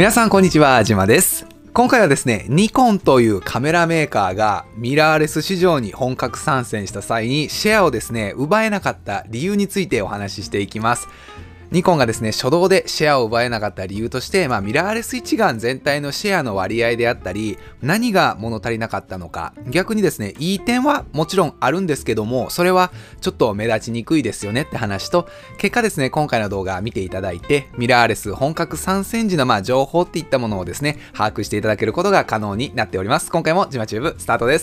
皆さんこんにちは、じまです。今回はですね、ニコンというカメラメーカーがミラーレス市場に本格参戦した際にシェアをですね、奪えなかった理由についてお話ししていきます。ニコンがですね、初動でシェアを奪えなかった理由として、ミラーレス一眼全体のシェアの割合であったり、何が物足りなかったのか、逆にですね、いい点はもちろんあるんですけども、それはちょっと目立ちにくいですよねって話と、結果ですね、今回の動画見ていただいて、ミラーレス本格参戦時の情報っていったものをですね、把握していただけることが可能になっております。今回もジマチューブスタートです。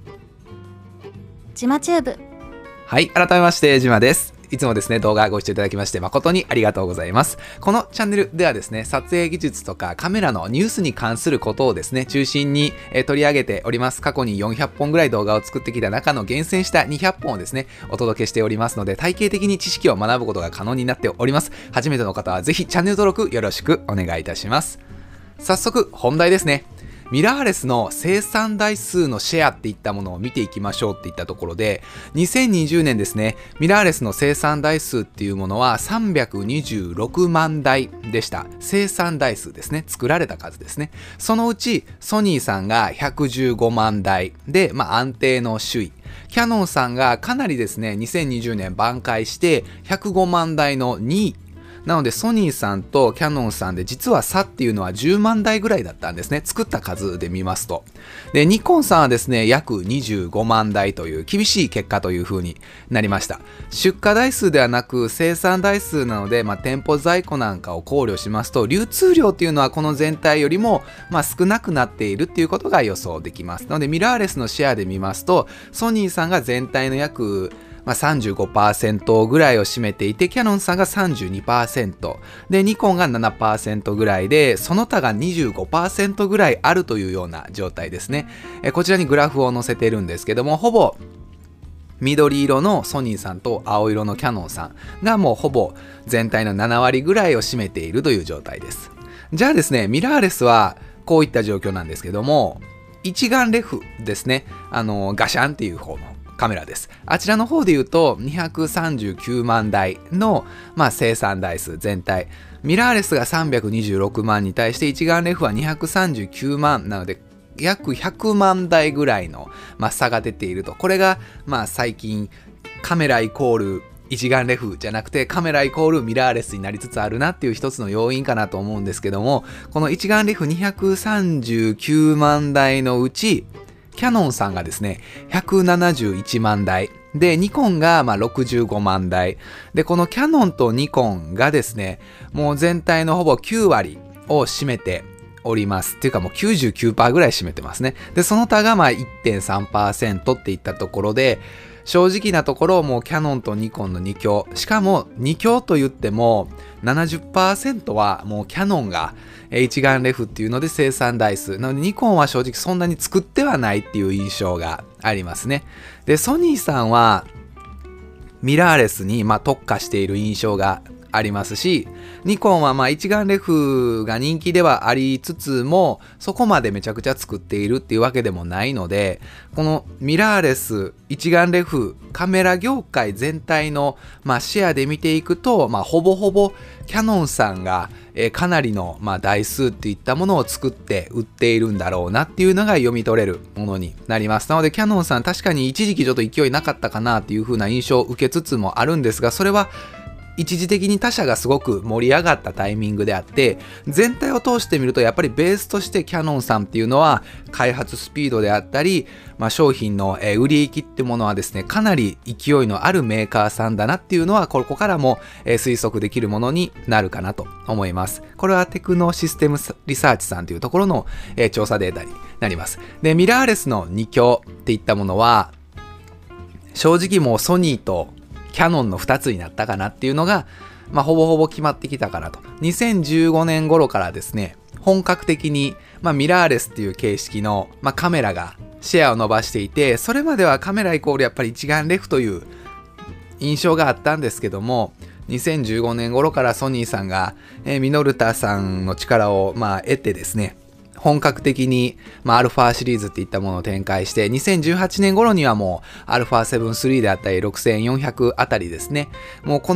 ジマチューブ。 はい、改めましてジマです。いつもですね、動画ご視聴いただきまして誠にありがとうございます。このチャンネルではですね、撮影技術とかカメラのニュースに関することをですね、中心に取り上げております。過去に400本ぐらい動画を作ってきた中の厳選した200本をですね、お届けしておりますので、体系的に知識を学ぶことが可能になっております。初めての方はぜひチャンネル登録よろしくお願いいたします。早速本題ですね。ミラーレスの生産台数のシェアっていったものを見ていきましょうっていったところで、2020年ですね、ミラーレスの生産台数っていうものは326万台でした。生産台数ですね。作られた数ですね。そのうちソニーさんが115万台で、安定の首位。キヤノンさんがかなりですね、2020年挽回して105万台の2位。なのでソニーさんとキヤノンさんで実は差っていうのは10万台ぐらいだったんですね。作った数で見ますと。で、ニコンさんはですね、約25万台という厳しい結果という風になりました。出荷台数ではなく生産台数なので、店舗在庫なんかを考慮しますと、流通量っていうのはこの全体よりも少なくなっているっていうことが予想できます。なのでミラーレスのシェアで見ますと、ソニーさんが全体の約35% ぐらいを占めていて、キヤノンさんが 32% で、ニコンが 7% ぐらいで、その他が 25% ぐらいあるというような状態ですね。こちらにグラフを載せてるんですけども、ほぼ緑色のソニーさんと青色のキヤノンさんがもうほぼ全体の7割ぐらいを占めているという状態です。じゃあですね、ミラーレスはこういった状況なんですけども、一眼レフですね、ガシャンっていう方のカメラです。あちらの方で言うと239万台の、生産台数全体。ミラーレスが326万に対して一眼レフは239万なので約100万台ぐらいの、差が出ていると。これが、最近カメライコール一眼レフじゃなくてカメライコールミラーレスになりつつあるなっていう一つの要因かなと思うんですけども、この一眼レフ239万台のうちキヤノンさんがですね、171万台。で、ニコンが65万台。で、このキヤノンとニコンがですね、もう全体のほぼ9割を占めております。っていうかもう 99% ぐらい占めてますね。で、その他が1.3% っていったところで、正直なところもうキヤノンとニコンの2強。しかも2強と言っても 70% はもうキヤノンが一眼レフっていうので生産台数。なのでニコンは正直そんなに作ってはないっていう印象がありますね。で、ソニーさんはミラーレスに特化している印象がありますし、ニコンは一眼レフが人気ではありつつもそこまでめちゃくちゃ作っているっていうわけでもないので、このミラーレス一眼レフカメラ業界全体のシェアで見ていくと、ほぼほぼキヤノンさんがかなりの台数っていったものを作って売っているんだろうなっていうのが読み取れるものになります。なのでキヤノンさん確かに一時期ちょっと勢いなかったかなっていう風な印象を受けつつもあるんですが、それは一時的に他社がすごく盛り上がったタイミングであって、全体を通してみるとやっぱりベースとしてキヤノンさんっていうのは開発スピードであったり、商品の売り行きってものはですね、かなり勢いのあるメーカーさんだなっていうのはここからも推測できるものになるかなと思います。これはテクノシステムリサーチさんというところの調査データになります。で、ミラーレスの2強っていったものは正直もうソニーとキヤノンの2つになったかなっていうのが、ほぼほぼ決まってきたかなと。2015年頃からですね、本格的に、ミラーレスっていう形式の、カメラがシェアを伸ばしていて、それまではカメライコールやっぱり一眼レフという印象があったんですけども、2015年頃からソニーさんが、ミノルタさんの力を得てですね、本格的に、アルファシリーズっていったものを展開して、2018年頃にはもう α7-3 であったり6400あたりですね。もうこの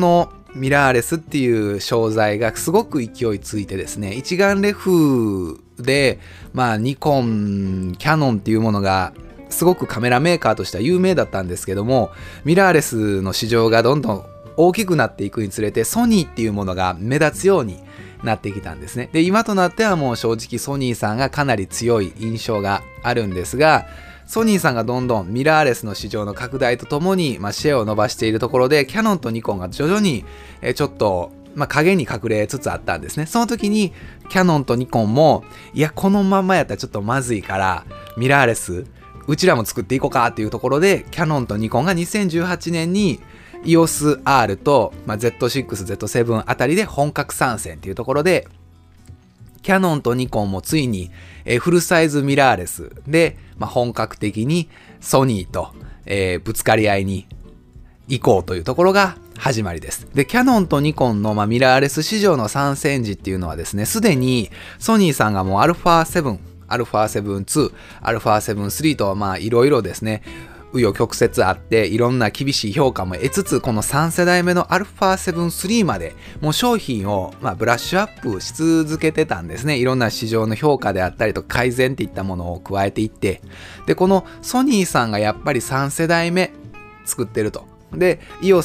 ミラーレスっていう商材がすごく勢いついてですね、一眼レフで、ニコン、キヤノンっていうものがすごくカメラメーカーとしては有名だったんですけども、ミラーレスの市場がどんどん大きくなっていくにつれて、ソニーっていうものが目立つようになってきたんですね。で、今となってはもう正直ソニーさんがかなり強い印象があるんですが、ソニーさんがどんどんミラーレスの市場の拡大とともに、シェアを伸ばしているところで、キヤノンとニコンが徐々にちょっと影に隠れつつあったんですね。その時にキヤノンとニコンも、いやこのままやったらちょっとまずいからミラーレスうちらも作っていこうかっていうところで、キヤノンとニコンが2018年に EOS-R と、Z6、Z7 あたりで本格参戦っていうところで、キヤノンとニコンもついにフルサイズミラーレスで、本格的にソニーとぶつかり合いに行こうというところが始まりです。で、キヤノンとニコンのミラーレス市場の参戦時っていうのはですね、すでにソニーさんがもう α7、α7 II、α7 III といろいろですね、紆余曲折あっていろんな厳しい評価も得つつ、この3世代目の α7 III までもう商品をブラッシュアップし続けてたんですね。いろんな市場の評価であったりと改善っていったものを加えていって、でこのソニーさんがやっぱり3世代目作ってると。で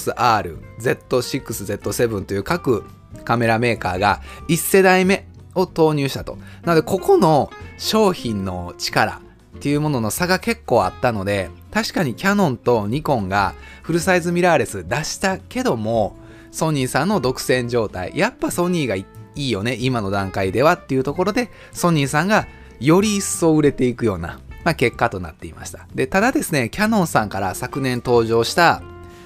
EOS-R、Z6、Z7 という各カメラメーカーが1世代目を投入したと。なのでここの商品の力っていうものの差が結構あったので、確かにキヤノンとニコンがフルサイズミラーレス出したけども、ソニーさんの独占状態、やっぱソニーがいいよね今の段階ではっていうところで、ソニーさんがより一層売れていくような、結果となっていました。でただですね、キヤノンさんから昨年登場した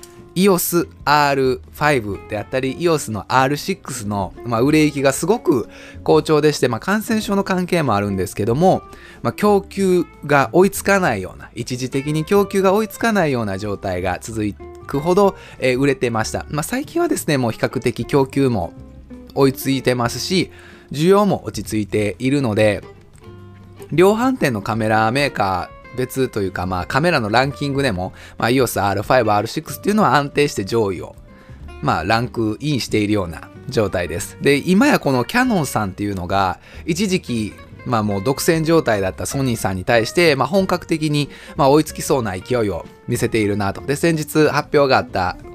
EOS-R5 であったり EOS の R6 の、売れ行きがすごく好調でして、感染症の関係もあるんですけども、供給が追いつかないような、一時的に供給が追いつかないような状態が続くほど、売れてました。最近はですね、もう比較的供給も追いついてますし、需要も落ち着いているので、量販店のカメラメーカー別というか、カメラのランキングでも、EOS-R5、R6 っていうのは安定して上位を、ランクインしているような状態です。で、今やこのキヤノンさんっていうのが、一時期、もう独占状態だったソニーさんに対して、本格的に、追いつきそうな勢いを見せているなと。で、先日発表があった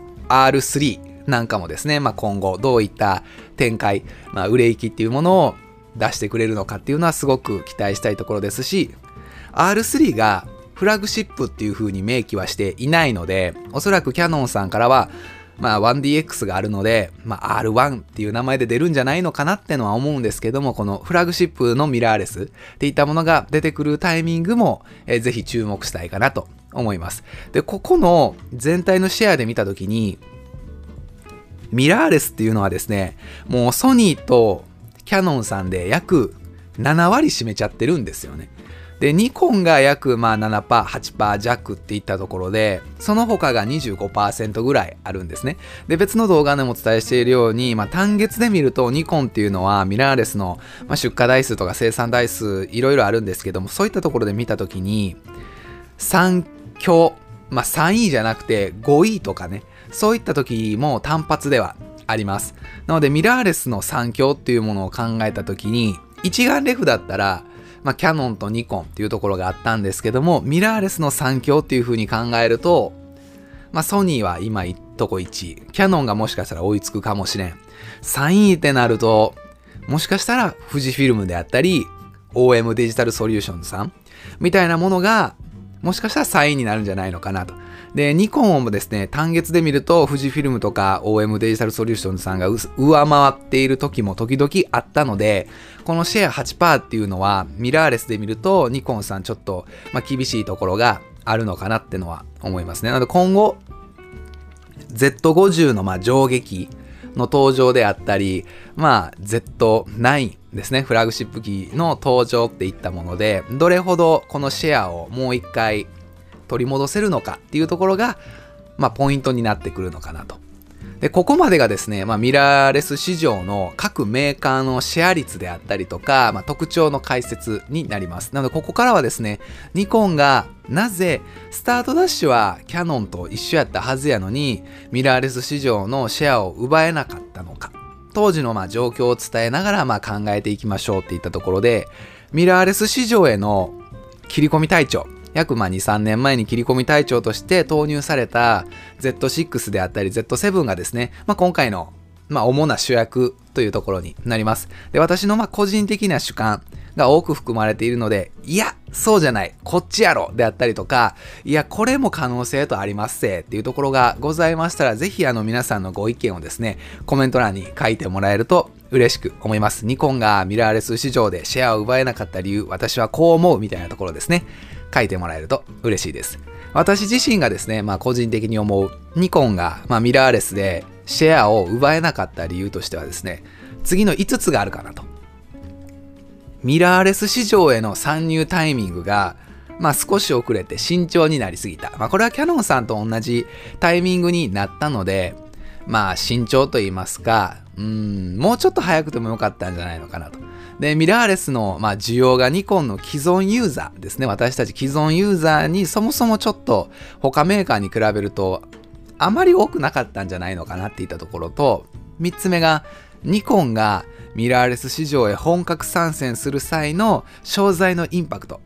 R3 なんかもですね、今後どういった展開、売れ行きっていうものを出してくれるのかっていうのはすごく期待したいところですし、R3 がフラグシップっていう風に明記はしていないので、おそらくキヤノンさんからは、1DX があるので、R1 っていう名前で出るんじゃないのかなってのは思うんですけども、このフラグシップのミラーレスっていったものが出てくるタイミングも、ぜひ注目したいかなと思います。で、ここの全体のシェアで見たときに、ミラーレスっていうのはですね、もうソニーとキヤノンさんで約7割占めちゃってるんですよね。で、ニコンが約7%、8% 弱っていったところで、その他が 25% ぐらいあるんですね。で、別の動画でもお伝えしているように、単月で見るとニコンっていうのはミラーレスの、出荷台数とか生産台数いろいろあるんですけども、そういったところで見たときに、3強、3位じゃなくて5位とかね、そういった時も単発ではあります。なのでミラーレスの3強っていうものを考えたときに、一眼レフだったら、キヤノンとニコンっていうところがあったんですけども、ミラーレスの3強っていう風に考えると、ソニーは今とこ1位、キヤノンがもしかしたら追いつくかもしれん。3位ってなると、もしかしたら富士フィルムであったり、OM デジタルソリューションズさんみたいなものが、もしかしたら3位になるんじゃないのかなと。で、ニコンもですね、単月で見ると、富士フィルムとか OM デジタルソリューションズさんが上回っている時も時々あったので、このシェア 8% っていうのは、ミラーレスで見ると、ニコンさんちょっと、厳しいところがあるのかなってのは思いますね。なので今後、Z50 の上下機の登場であったり、Z9 ですね、フラグシップ機の登場っていったもので、どれほどこのシェアをもう一回取り戻せるのかっていうところが、ポイントになってくるのかなと。 で、ここまでがですね、ミラーレス市場の各メーカーのシェア率であったりとか、特徴の解説になります。なので、ここからはですね、ニコンがなぜスタートダッシュはキャノンと一緒やったはずやのに、ミラーレス市場のシェアを奪えなかったのか、当時の状況を伝えながら考えていきましょうっていったところで、ミラーレス市場への切り込み隊長、約2、3年前に切り込み隊長として投入された Z6 であったり Z7 がですね、今回の主な主役というところになります。で、私の個人的な主観が多く含まれているので、いや、そうじゃない、こっちやろであったりとか、いや、これも可能性とありますせっていうところがございましたら、ぜひ皆さんのご意見をですね、コメント欄に書いてもらえると嬉しく思います。ニコンがミラーレス市場でシェアを奪えなかった理由、私はこう思うみたいなところですね。書いてもらえると嬉しいです。私自身がですね、個人的に思うニコンが、ミラーレスでシェアを奪えなかった理由としてはですね、次の5つがあるかなと。ミラーレス市場への参入タイミングが、少し遅れて慎重になりすぎた。これはキャノンさんと同じタイミングになったので、慎重と言いますか、もうちょっと早くてもよかったんじゃないのかなと。で、ミラーレスの、需要がニコンの既存ユーザーですね。私たち既存ユーザーにそもそもちょっと他メーカーに比べるとあまり多くなかったんじゃないのかなっていったところと、3つ目がニコンがミラーレス市場へ本格参戦する際の商材のインパクト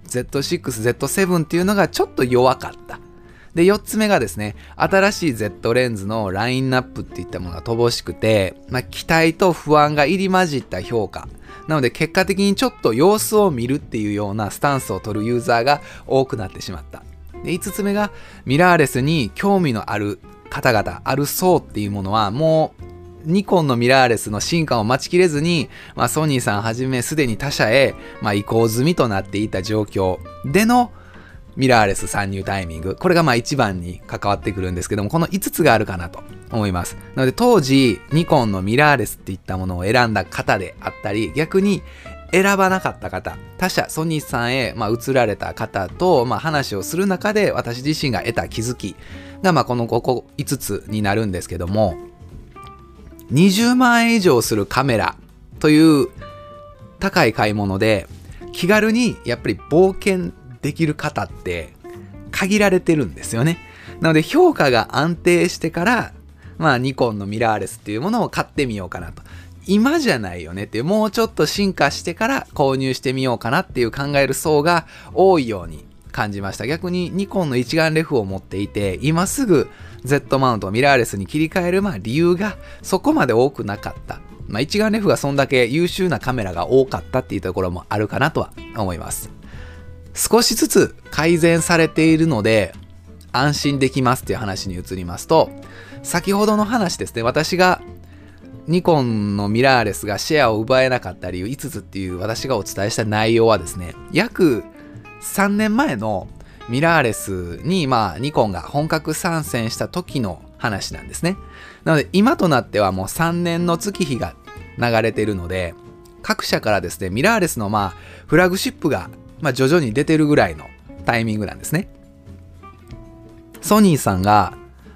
Z6、Z7 っていうのがちょっと弱かった。で、4つ目がですね、新しい Z レンズのラインナップっていったものが乏しくて、期待と不安が入り混じった評価。なので結果的にちょっと様子を見るっていうようなスタンスを取るユーザーが多くなってしまった。で、5つ目がミラーレスに興味のある方々、ある層っていうものはもうニコンのミラーレスの進化を待ちきれずに、ソニーさんはじめすでに他社へ、移行済みとなっていた状況でのミラーレス参入タイミング。これが一番に関わってくるんですけども、この5つがあるかなと思います。なので当時、ニコンのミラーレスっていったものを選んだ方であったり、逆に選ばなかった方、他社、ソニーさんへ、移られた方と、話をする中で私自身が得た気づきが、この5つになるんですけども、20万円以上するカメラという高い買い物で、気軽にやっぱり冒険できる方って限られてるんですよね。なので評価が安定してから、ニコンのミラーレスっていうものを買ってみようかなと。今じゃないよねっていう、もうちょっと進化してから購入してみようかなっていう考える層が多いように感じました。逆にニコンの一眼レフを持っていて、今すぐ Z マウント、ミラーレスに切り替える理由がそこまで多くなかった。一眼レフがそんだけ優秀なカメラが多かったっていうところもあるかなとは思います。少しずつ改善されているので安心できますっていう話に移りますと、先ほどの話ですね、私がニコンのミラーレスがシェアを奪えなかった理由5つっていう私がお伝えした内容はですね、約3年前のミラーレスにニコンが本格参戦した時の話なんですね。なので今となってはもう3年の月日が流れているので、各社からですね、ミラーレスのフラグシップが徐々に出てるぐらいのタイミングなんですね。ソニーさんが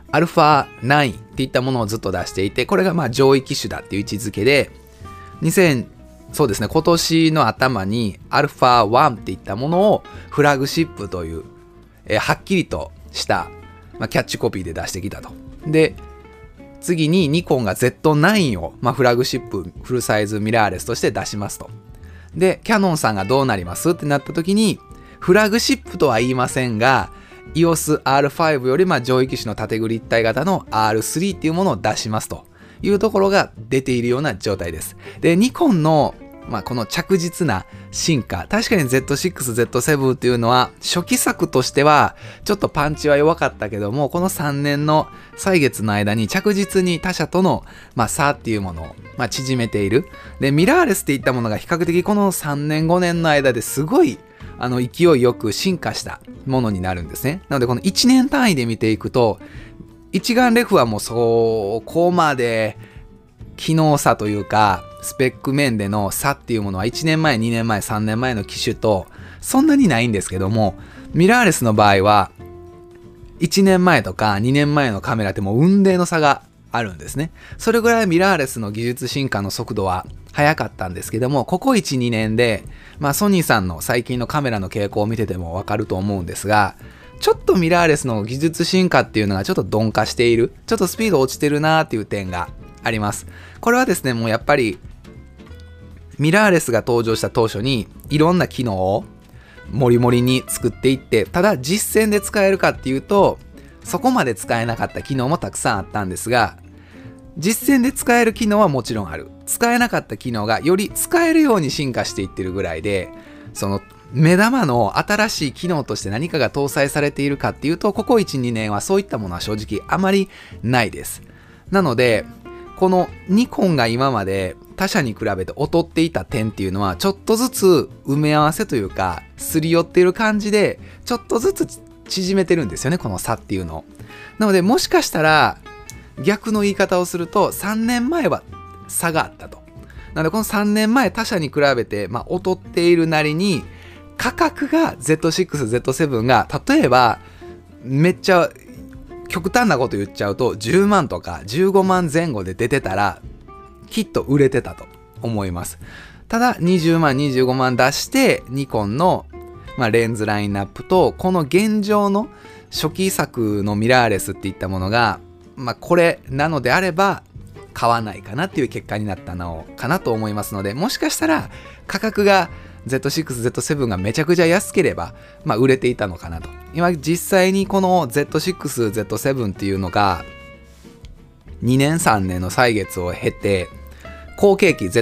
α9 っていったものをずっと出していて、これが上位機種だっていう位置づけで、そうですね、今年の頭に α1 っていったものをフラグシップという、はっきりとした、キャッチコピーで出してきたと。で、次にニコンが Z9 を、フラグシップフルサイズミラーレスとして出しますと。で、キャノンさんがどうなりますってなった時に、フラグシップとは言いませんが、EOS R5 より上位機種の縦グリッ体型の R3 っていうものを出しますというところが出ているような状態です。で、ニコンのこの着実な進化、確かに Z6、Z7 っていうのは初期作としてはちょっとパンチは弱かったけども、この3年の歳月の間に着実に他社との差っていうものを縮めている。で、ミラーレスっていったものが比較的この3年5年の間ですごい勢いよく進化したものになるんですね。なのでこの1年単位で見ていくと、一眼レフはもうそこまで機能差というかスペック面での差っていうものは1年前、2年前、3年前の機種とそんなにないんですけども、ミラーレスの場合は1年前とか2年前のカメラってもう雲泥の差があるんですね。それぐらいミラーレスの技術進化の速度は速かったんですけども、ここ1、2年で、ソニーさんの最近のカメラの傾向を見ててもわかると思うんですが、ちょっとミラーレスの技術進化っていうのがちょっと鈍化している、ちょっとスピード落ちてるなーっていう点があります。これはですね、もうやっぱりミラーレスが登場した当初にいろんな機能をモリモリに作っていって、ただ実践で使えるかっていうと、そこまで使えなかった機能もたくさんあったんですが、実践で使える機能はもちろんある。使えなかった機能がより使えるように進化していってるぐらいで、その目玉の新しい機能として何かが搭載されているかっていうと、ここ1、2年はそういったものは正直あまりないです。なので、このニコンが今まで他社に比べて劣っていた点っていうのは、ちょっとずつ埋め合わせというか、すり寄っている感じで、ちょっとずつ縮めてるんですよね、この差っていうのを。なので、もしかしたら、逆の言い方をすると、3年前は差があったと。なので、この3年前他社に比べて、劣っているなりに、価格が Z6、Z7 が、例えば、めっちゃ極端なこと言っちゃうと、10万とか15万前後で出てたら、きっと売れてたと思います。ただ、20万、25万出して、ニコンの、レンズラインナップと、この現状の初期作のミラーレスっていったものが、これなのであれば買わないかなっていう結果になったのかなと思いますので、もしかしたら価格が Z6、Z7 がめちゃくちゃ安ければ、売れていたのかなと。今実際にこの Z6、Z7 っていうのが2年3年の歳月を経て、後継機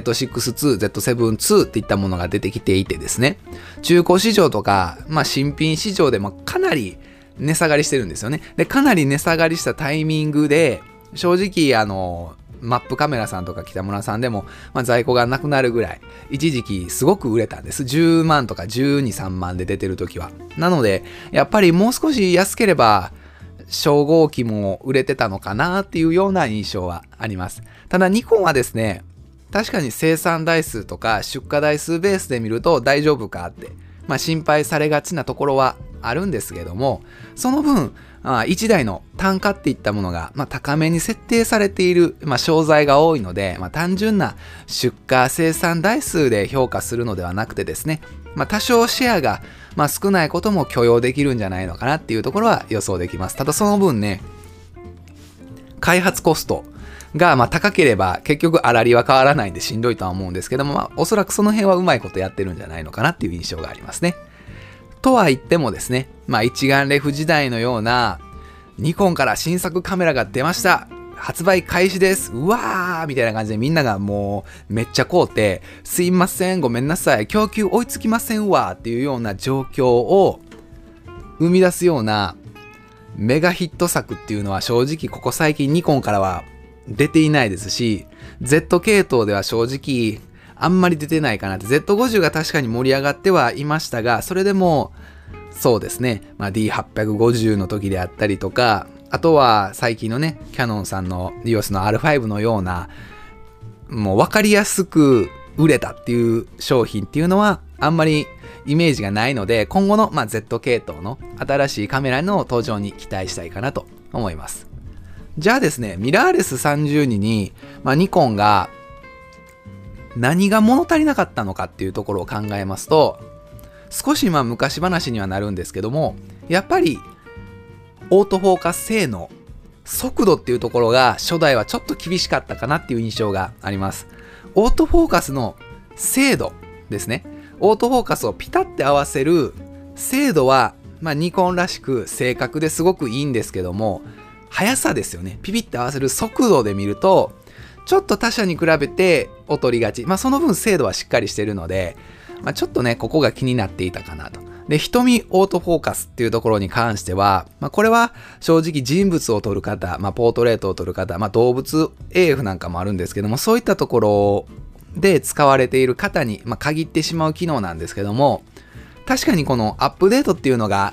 Z6-2、Z7-2 っていったものが出てきていてですね、中古市場とか、新品市場でもかなり値下がりしてるんですよね。で、かなり値下がりしたタイミングで、正直マップカメラさんとか北村さんでも、在庫がなくなるぐらい、一時期すごく売れたんです。10万とか12、3万で出てる時は。なので、やっぱりもう少し安ければ、初号機も売れてたのかなっていうような印象はあります。ただ、ニコンはですね、確かに生産台数とか出荷台数ベースで見ると大丈夫かって、心配されがちなところはあるんですけども、その分、1台の単価っていったものが、高めに設定されている、商材が多いので、単純な出荷生産台数で評価するのではなくてですね、多少シェアが、少ないことも許容できるんじゃないのかなっていうところは予想できます。ただその分ね、開発コストが高ければ結局粗利は変わらないんでしんどいとは思うんですけども、おそらくその辺はうまいことやってるんじゃないのかなっていう印象がありますね。とは言ってもですね、一眼レフ時代のようなニコンから新作カメラが出ました、発売開始です、うわーみたいな感じでみんながもうめっちゃ買うて、すいませんごめんなさい供給追いつきませんわっていうような状況を生み出すようなメガヒット作っていうのは正直ここ最近ニコンからは出ていないですし、 Z 系統では正直あんまり出てないかなって。 Z50 が確かに盛り上がってはいましたが、それでもそうですね、D850 の時であったりとか、あとは最近のねキヤノンさんの EOS の R5 のようなもう分かりやすく売れたっていう商品っていうのはあんまりイメージがないので、今後のZ 系統の新しいカメラの登場に期待したいかなと思います。じゃあですね、ミラーレス32に、ニコンが何が物足りなかったのかっていうところを考えますと、少し昔話にはなるんですけども、やっぱりオートフォーカス性能、速度っていうところが初代はちょっと厳しかったかなっていう印象があります。オートフォーカスの精度ですね。オートフォーカスをピタッて合わせる精度は、ニコンらしく正確ですごくいいんですけども、速さですよね。ピピッて合わせる速度で見ると、ちょっと他社に比べて劣りがち。その分精度はしっかりしてるので、ちょっとね、ここが気になっていたかなと。で、瞳オートフォーカスっていうところに関しては、これは正直人物を撮る方、ポートレートを撮る方、動物 AF なんかもあるんですけども、そういったところで使われている方に、限ってしまう機能なんですけども、確かにこのアップデートっていうのが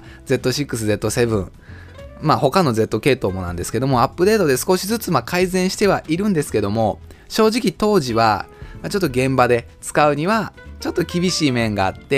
Z6、Z7、他の Z 系統もなんですけども、アップデートで少しずつ改善してはいるんですけども、正直当時はちょっと現場で使うにはちょっと厳しい面があって、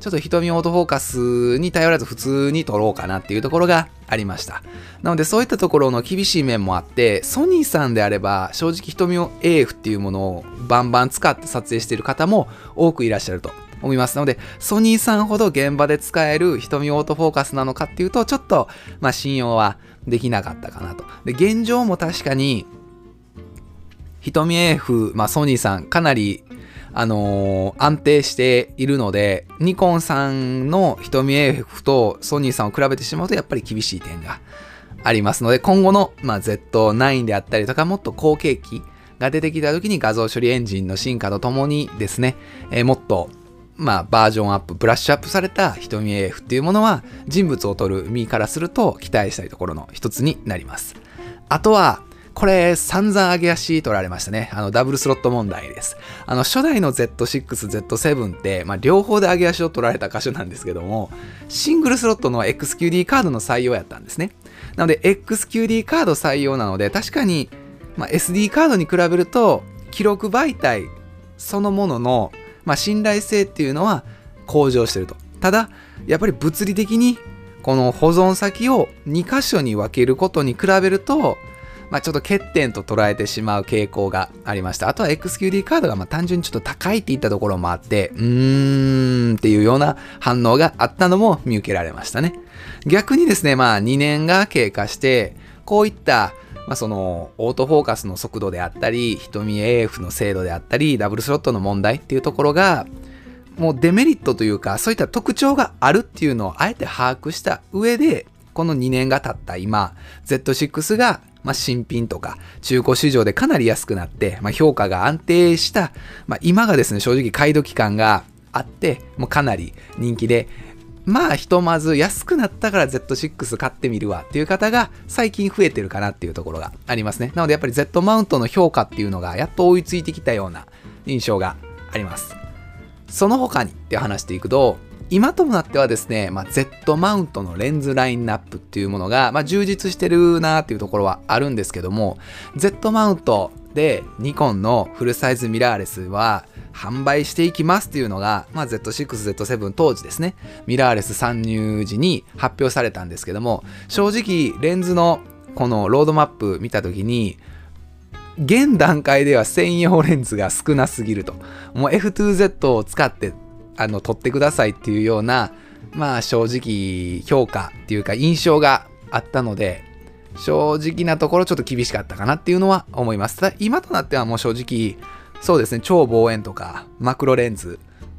ちょっと瞳オートフォーカスに頼らず普通に撮ろうかなっていうところがありました。なのでそういったところの厳しい面もあって、ソニーさんであれば正直瞳 AF っていうものをバンバン使って撮影している方も多くいらっしゃると思います。なのでソニーさんほど現場で使える瞳オートフォーカスなのかっていうと、ちょっと信用はできなかったかなと。で、現状も確かに瞳 AF、ソニーさんかなり安定しているので、ニコンさんの瞳 AF とソニーさんを比べてしまうとやっぱり厳しい点がありますので、今後の、Z9 であったりとか、もっと後継機が出てきた時に画像処理エンジンの進化とともにですね、もっとバージョンアップ、ブラッシュアップされた瞳 AF っていうものは人物を撮る身からすると期待したいところの一つになります。あとはこれ散々上げ足取られましたね。ダブルスロット問題です。初代の Z6、Z7 って、両方で上げ足を取られた箇所なんですけども、シングルスロットの XQD カードの採用やったんですね。なので XQD カード採用なので、確かに、SD カードに比べると記録媒体そのものの、信頼性っていうのは向上してると。ただやっぱり物理的にこの保存先を2箇所に分けることに比べると、ちょっと欠点と捉えてしまう傾向がありました。あとは XQD カードが単純にちょっと高いっていったところもあって、っていうような反応があったのも見受けられましたね。逆にですね、2年が経過して、こういった、そのオートフォーカスの速度であったり、瞳 AF の精度であったり、ダブルスロットの問題っていうところが、もうデメリットというか、そういった特徴があるっていうのをあえて把握した上で、この2年が経った今、Z6 が新品とか中古市場でかなり安くなって、評価が安定した、今がですね、正直買い時間があって、もうかなり人気で、ひとまず安くなったから Z6 買ってみるわっていう方が最近増えてるかなっていうところがありますね。なのでやっぱり Z マウントの評価っていうのがやっと追いついてきたような印象があります。その他にって話していくと、今となってはですね、Z マウントのレンズラインナップっていうものが、充実してるなーっていうところはあるんですけども、Z マウントでニコンのフルサイズミラーレスは販売していきますっていうのが、Z6、Z7 当時ですね、ミラーレス参入時に発表されたんですけども、正直レンズのこのロードマップ見たときに、現段階では専用レンズが少なすぎると。もう F2Z を使って撮ってくださいっていうような、正直評価っていうか印象があったので、正直なところちょっと厳しかったかなっていうのは思います。ただ今となってはもう正直、そうですね、超望遠とかマイクロレンズ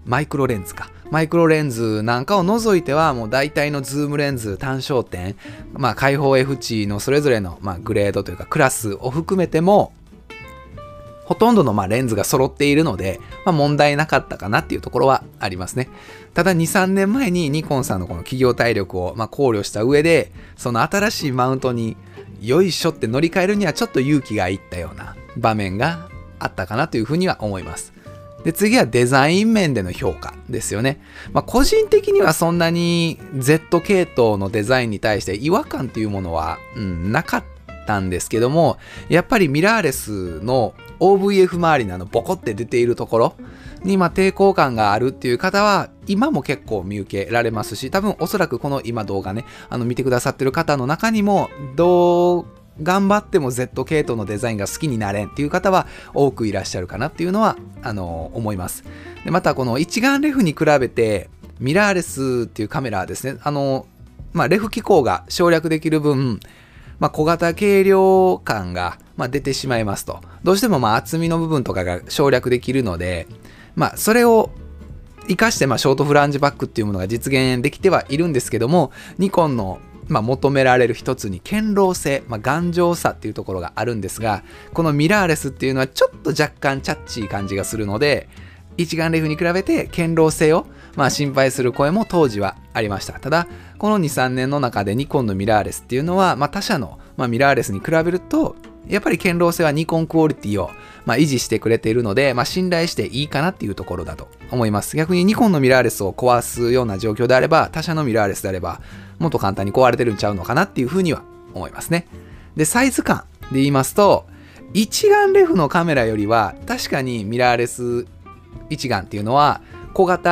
なんかを除いてはもう大体のズームレンズ、単焦点、開放 F 値のそれぞれのグレードというかクラスを含めても、ほとんどのレンズが揃っているので、問題なかったかなっていうところはありますね。ただ2、3年前にニコンさんのこの企業体力を考慮した上で、その新しいマウントによいしょって乗り換えるにはちょっと勇気がいったような場面があったかなというふうには思います。で、次はデザイン面での評価ですよね。個人的にはそんなに Z 系統のデザインに対して違和感っていうものは、なかったんですけども、やっぱりミラーレスの OVF 周りのボコって出ているところに抵抗感があるっていう方は今も結構見受けられますし、多分おそらくこの今動画ね、見てくださってる方の中にもどう頑張っても Z 系統のデザインが好きになれんっていう方は多くいらっしゃるかなっていうのは思います。で、またこの一眼レフに比べてミラーレスっていうカメラはですね、レフ機構が省略できる分、小型軽量感が出てしまいますと。どうしても厚みの部分とかが省略できるので、それを活かしてショートフランジバックっていうものが実現できてはいるんですけども、ニコンの求められる一つに堅牢性、頑丈さっていうところがあるんですが、このミラーレスっていうのはちょっと若干チャッチー感じがするので、一眼レフに比べて堅牢性を心配する声も当時はありました。ただこの 2,3 年の中でニコンのミラーレスっていうのは、他社のミラーレスに比べるとやっぱり堅牢性はニコンクオリティを維持してくれているので、信頼していいかなっていうところだと思います。逆にニコンのミラーレスを壊すような状況であれば、他社のミラーレスであればもっと簡単に壊れてるんちゃうのかなっていうふうには思いますね。で、サイズ感で言いますと、一眼レフのカメラよりは確かにミラーレス一眼っていうのは小型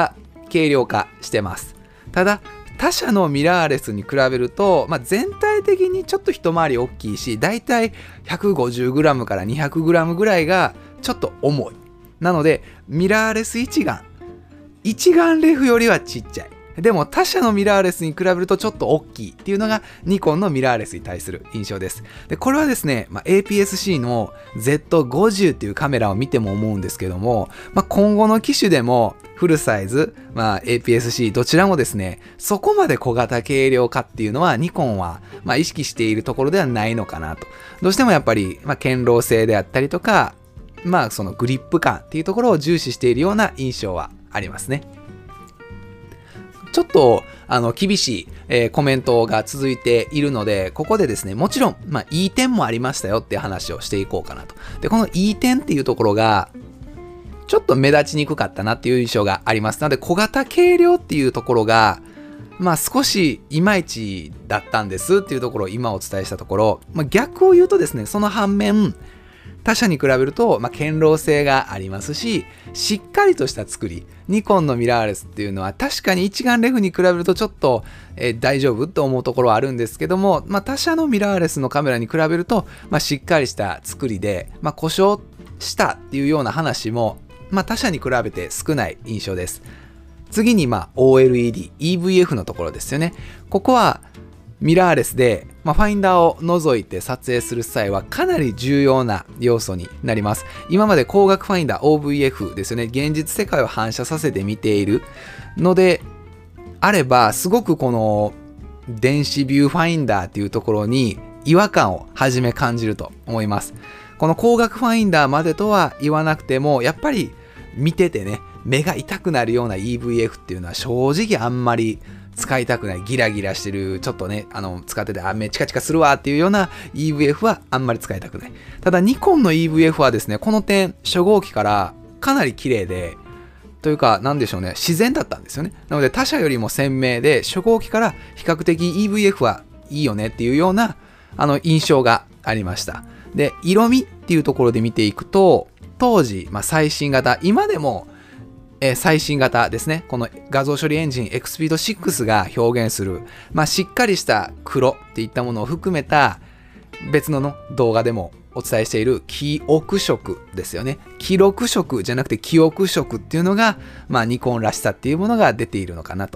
軽量化してます。ただ他社のミラーレスに比べると、全体的にちょっと一回り大きいし、だいたい 150g から 200g ぐらいがちょっと重い。なのでミラーレス一眼レフよりはちっちゃい。でも他社のミラーレスに比べるとちょっと大きいっていうのがニコンのミラーレスに対する印象です。で、これはですね、APS-C の Z50 っていうカメラを見ても思うんですけども、今後の機種でもフルサイズ、APS-C どちらもですね、そこまで小型軽量化っていうのはニコンは意識しているところではないのかなと。どうしてもやっぱり堅牢性であったりとか、そのグリップ感っていうところを重視しているような印象はありますね。ちょっと厳しい、コメントが続いているので、ここでですね、もちろん、いい点もありましたよっていう話をしていこうかなと。で、このいい点っていうところが、ちょっと目立ちにくかったなっていう印象があります。なので、小型軽量っていうところが、少しいまいちだったんですっていうところを今お伝えしたところ、逆を言うとですね、その反面、他社に比べると、堅牢性がありますし、しっかりとした作り。ニコンのミラーレスっていうのは確かに一眼レフに比べるとちょっと、大丈夫と思うところはあるんですけども、他社のミラーレスのカメラに比べると、しっかりした作りで、故障したっていうような話も、他社に比べて少ない印象です。次にOLED、EVF のところですよね。ここはミラーレスで、ファインダーを除いて撮影する際はかなり重要な要素になります。今まで光学ファインダー OVF ですよね。現実世界を反射させて見ているのであれば、すごくこの電子ビューファインダーっていうところに違和感をはじめ感じると思います。この光学ファインダーまでとは言わなくても、やっぱり見ててね、目が痛くなるような EVF っていうのは正直あんまり使いたくない。ギラギラしてる、ちょっとね、使ってて、目チカチカするわっていうような EVF はあんまり使いたくない。ただ、ニコンの EVF はですね、この点、初号機からかなり綺麗で、というか、なんでしょうね、自然だったんですよね。なので、他社よりも鮮明で、初号機から比較的 EVF はいいよねっていうような、印象がありました。で、色味っていうところで見ていくと、当時、最新型、今でも、最新型ですね。この画像処理エンジン XPEED6 が表現する、しっかりした黒っていったものを含めた別の動画でもお伝えしている記憶色ですよね。記録色じゃなくて記憶色っていうのが、ニコンらしさっていうものが出ているのかなと。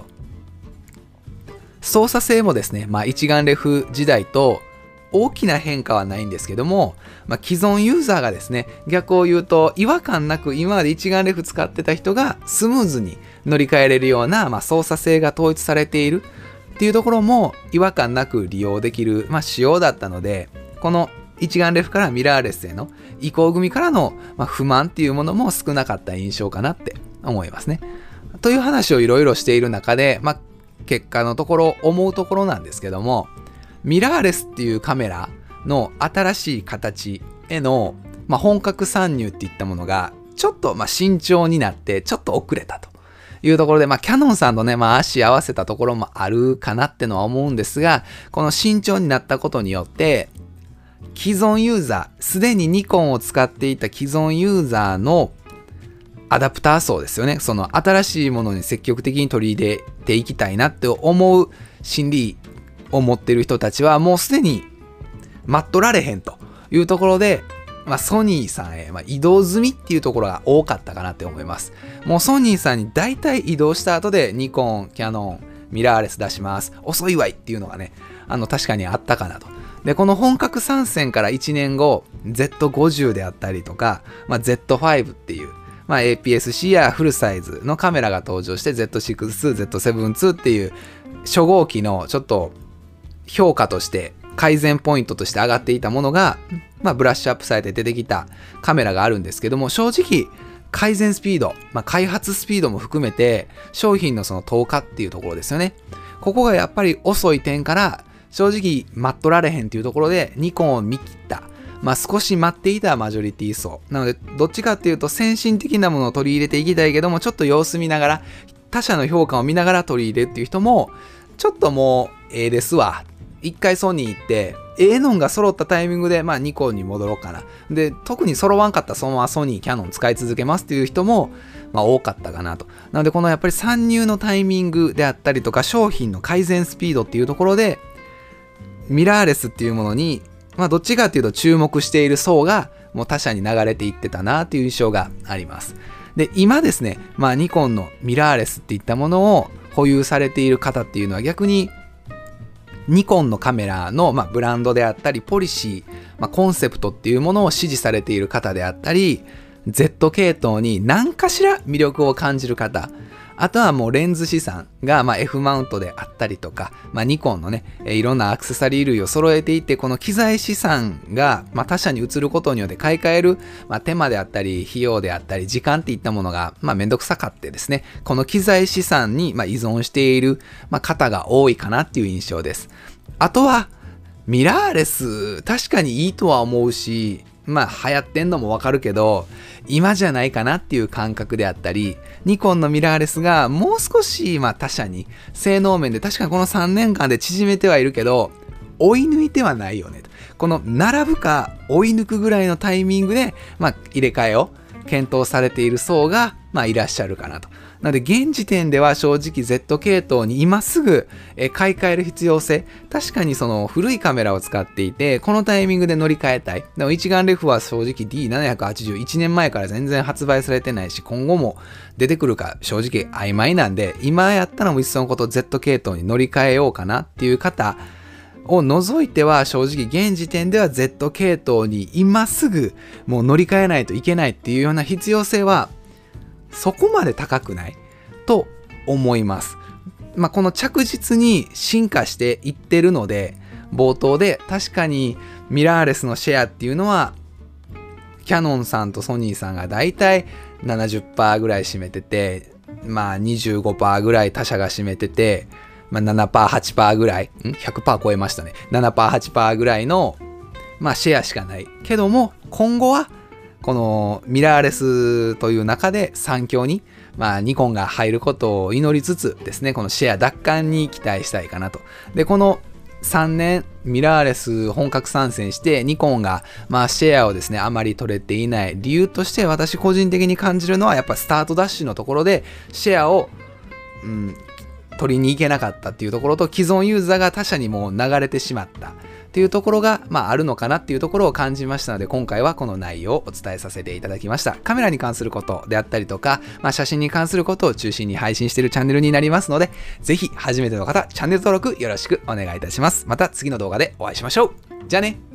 操作性もですね、一眼レフ時代と大きな変化はないんですけども、既存ユーザーがですね、逆を言うと違和感なく今まで一眼レフ使ってた人がスムーズに乗り換えれるような、操作性が統一されているっていうところも違和感なく利用できる、仕様だったので、この一眼レフからミラーレスへの移行組からの、不満っていうものも少なかった印象かなって思いますね。という話をいろいろしている中で、結果のところ思うところなんですけども、ミラーレスっていうカメラの新しい形への、本格参入っていったものがちょっと慎重になってちょっと遅れたというところで、キヤノンさんとね、足合わせたところもあるかなってのは思うんですが、この慎重になったことによって既存ユーザー、すでにニコンを使っていた既存ユーザーのアダプター層ですよね。その新しいものに積極的に取り入れていきたいなって思う心理を持っている人たちはもうすでに待っとられへんというところで、ソニーさんへ、移動済みっていうところが多かったかなって思います。もうソニーさんに大体移動した後でニコン、キヤノン、ミラーレス出します。遅いわいっていうのがね、確かにあったかなと。で、この本格参戦から1年後、Z50 であったりとか、Z5 っていう、APS-C やフルサイズのカメラが登場して Z6、Z7-2 っていう初号機のちょっと評価として改善ポイントとして上がっていたものが、ブラッシュアップされて出てきたカメラがあるんですけども、正直改善スピード、開発スピードも含めて商品のその投下っていうところですよね。ここがやっぱり遅い点から正直待っとられへんっていうところでニコンを見切った。少し待っていたマジョリティ層。なので、どっちかっていうと先進的なものを取り入れていきたいけども、ちょっと様子見ながら、他社の評価を見ながら取り入れるっていう人も、ちょっともう、ですわ。一回ソニー行って、のんが揃ったタイミングで、ニコンに戻ろうかな。で、特に揃わんかったらそのままソニー、キヤノン使い続けますっていう人も、 多かったかなと。なのでこのやっぱり参入のタイミングであったりとか商品の改善スピードっていうところでミラーレスっていうものにどっちかっていうと注目している層がもう他社に流れていってたなっていう印象があります。で今ですね、ニコンのミラーレスっていったものを保有されている方っていうのは逆にニコンのカメラのブランドであったりポリシー、コンセプトっていうものを支持されている方であったり Z 系統に何かしら魅力を感じる方、あとはもうレンズ資産がF マウントであったりとか、ニコンのねいろんなアクセサリー類を揃えていてこの機材資産が他社に移ることによって買い替える手間であったり費用であったり時間っていったものがめんどくさかってですね、この機材資産に依存している方が多いかなっていう印象です。あとはミラーレス確かにいいとは思うし流行ってんのもわかるけど今じゃないかなっていう感覚であったり、ニコンのミラーレスがもう少し他社に性能面で確かにこの3年間で縮めてはいるけど追い抜いてはないよねと。この並ぶか追い抜くぐらいのタイミングで入れ替えを検討されている層がいらっしゃるかなと。なので現時点では正直 Z 系統に今すぐ買い替える必要性、確かにその古いカメラを使っていてこのタイミングで乗り換えたい。でも一眼レフは正直 D781 年前から全然発売されてないし今後も出てくるか正直曖昧なんで、今やったらもういっそのこと Z 系統に乗り換えようかなっていう方を除いては正直現時点では Z 系統に今すぐもう乗り換えないといけないっていうような必要性はそこまで高くないと思います。この着実に進化していってるので冒頭で確かにミラーレスのシェアっていうのはキヤノンさんとソニーさんがだいたい 70% ぐらい占めてて25% ぐらい他社が占めてて7%、8% ぐらい、100% 超えましたね。7%、8% ぐらいの、シェアしかない。けども、今後は、このミラーレスという中で3強に、ニコンが入ることを祈りつつですね、このシェア奪還に期待したいかなと。で、この3年、ミラーレス本格参戦して、ニコンが、シェアをですね、あまり取れていない理由として、私個人的に感じるのは、やっぱスタートダッシュのところで、シェアを、取りに行けなかったっていうところと既存ユーザーが他社にもう流れてしまったっていうところがあるのかなっていうところを感じましたので今回はこの内容をお伝えさせていただきました。カメラに関することであったりとか、写真に関することを中心に配信しているチャンネルになりますのでぜひ初めての方チャンネル登録よろしくお願いいたします。また次の動画でお会いしましょう。じゃあね。